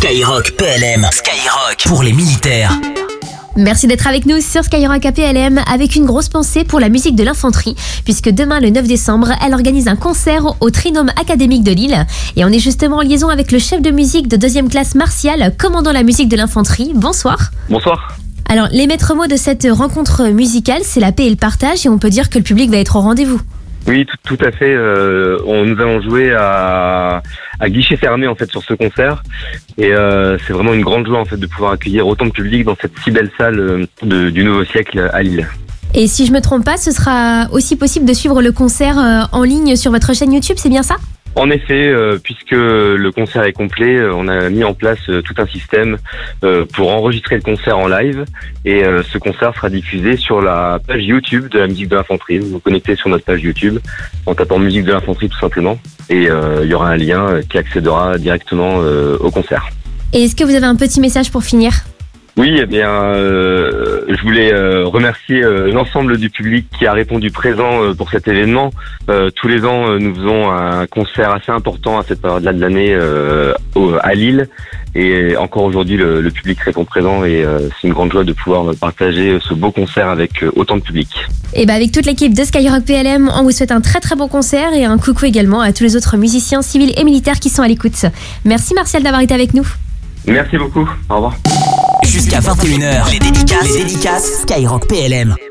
Skyrock PLM. Skyrock pour les militaires. Merci d'être avec nous sur Skyrock APLM avec une grosse pensée pour la musique de l'infanterie, puisque demain le 9 décembre, elle organise un concert au Trinôme académique de Lille. Et on est justement en liaison avec le chef de musique de 2e classe Martial, commandant la musique de l'infanterie. Bonsoir. Bonsoir. Alors, les maîtres mots de cette rencontre musicale, c'est la paix et le partage, et on peut dire que le public va être au rendez-vous. Oui, tout à fait. Nous allons jouer à guichet fermé en fait sur ce concert, et c'est vraiment une grande joie en fait de pouvoir accueillir autant de public dans cette si belle salle du nouveau siècle à Lille. Et si je me trompe pas, ce sera aussi possible de suivre le concert en ligne sur votre chaîne YouTube, c'est bien ça ? En effet, puisque le concert est complet, on a mis en place tout un système pour enregistrer le concert en live, et ce concert sera diffusé sur la page YouTube de la musique de l'infanterie. Vous vous connectez sur notre page YouTube en tapant musique de l'infanterie tout simplement, et il y aura un lien qui accédera directement au concert. Et est-ce que vous avez un petit message pour finir ? Oui, eh bien, je voulais remercier l'ensemble du public qui a répondu présent pour cet événement. Tous les ans, nous faisons un concert assez important à cette période-là de l'année à Lille. Et encore aujourd'hui, le public répond présent, et c'est une grande joie de pouvoir partager ce beau concert avec autant de public. Et avec toute l'équipe de Skyrock PLM, on vous souhaite un très très bon concert, et un coucou également à tous les autres musiciens civils et militaires qui sont à l'écoute. Merci Martial d'avoir été avec nous. Merci beaucoup. Au revoir. Jusqu'à 21h, les dédicaces Skyrock PLM.